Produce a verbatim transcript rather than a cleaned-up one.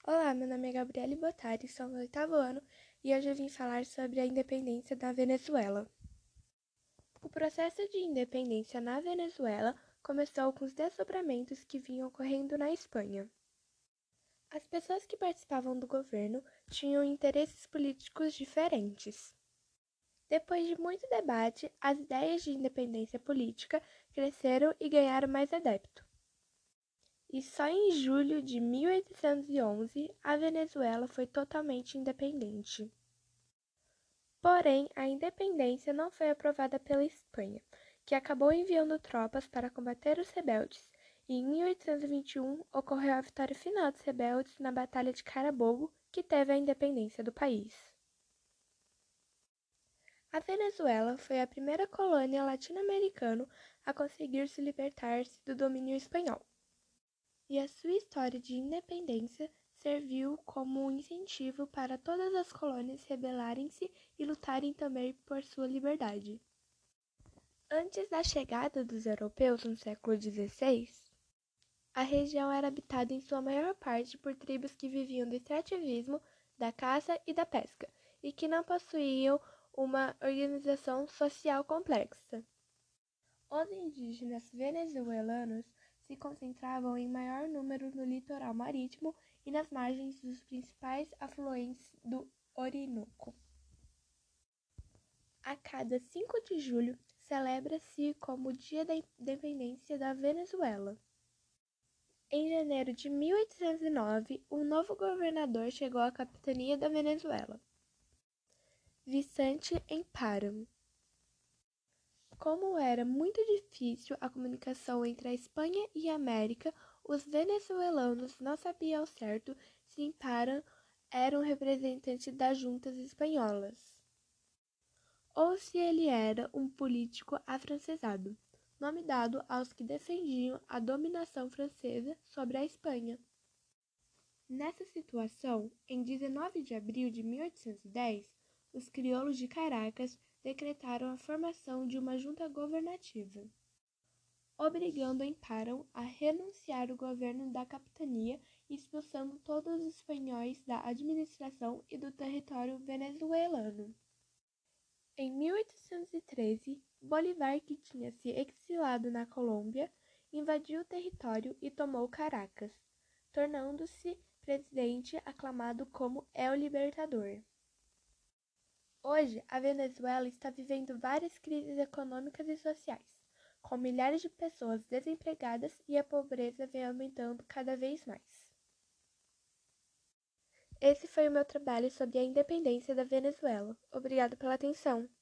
Olá, meu nome é Gabriele Bottari, sou no oitavo ano e hoje eu vim falar sobre a independência da Venezuela. O processo de independência na Venezuela começou com os desdobramentos que vinham ocorrendo na Espanha. As pessoas que participavam do governo tinham interesses políticos diferentes. Depois de muito debate, as ideias de independência política cresceram e ganharam mais adeptos. E só em julho de mil oitocentos e onze a Venezuela foi totalmente independente. Porém, a independência não foi aprovada pela Espanha, que acabou enviando tropas para combater os rebeldes, e em mil oitocentos e vinte e um ocorreu a vitória final dos rebeldes na Batalha de Carabobo, que teve a independência do país. A Venezuela foi a primeira colônia latino-americana a conseguir se libertar-se do domínio espanhol. E a sua história de independência serviu como um incentivo para todas as colônias rebelarem-se e lutarem também por sua liberdade. Antes da chegada dos europeus no século dezesseis, a região era habitada em sua maior parte por tribos que viviam do extrativismo, da caça e da pesca, e que não possuíam uma organização social complexa. Os indígenas venezuelanos se concentravam em maior número no litoral marítimo e nas margens dos principais afluentes do Orinoco. A cada cinco de julho, celebra-se como o Dia da Independência da Venezuela. Em janeiro de mil oitocentos e nove, um novo governador chegou à capitania da Venezuela, Vicente Emparan. Como era muito difícil a comunicação entre a Espanha e a América, os venezuelanos não sabiam ao certo se Emparan era um representante das juntas espanholas ou se ele era um político afrancesado, nome dado aos que defendiam a dominação francesa sobre a Espanha. Nessa situação, em dezenove de abril de mil oitocentos e dez, os crioulos de Caracas decretaram a formação de uma junta governativa, obrigando Emparan a renunciar ao governo da capitania e expulsando todos os espanhóis da administração e do território venezuelano. Em mil oitocentos e treze, Bolívar, que tinha se exilado na Colômbia, invadiu o território e tomou Caracas, tornando-se presidente aclamado como El Libertador. Hoje, a Venezuela está vivendo várias crises econômicas e sociais, com milhares de pessoas desempregadas e a pobreza vem aumentando cada vez mais. Esse foi o meu trabalho sobre a independência da Venezuela. Obrigado pela atenção.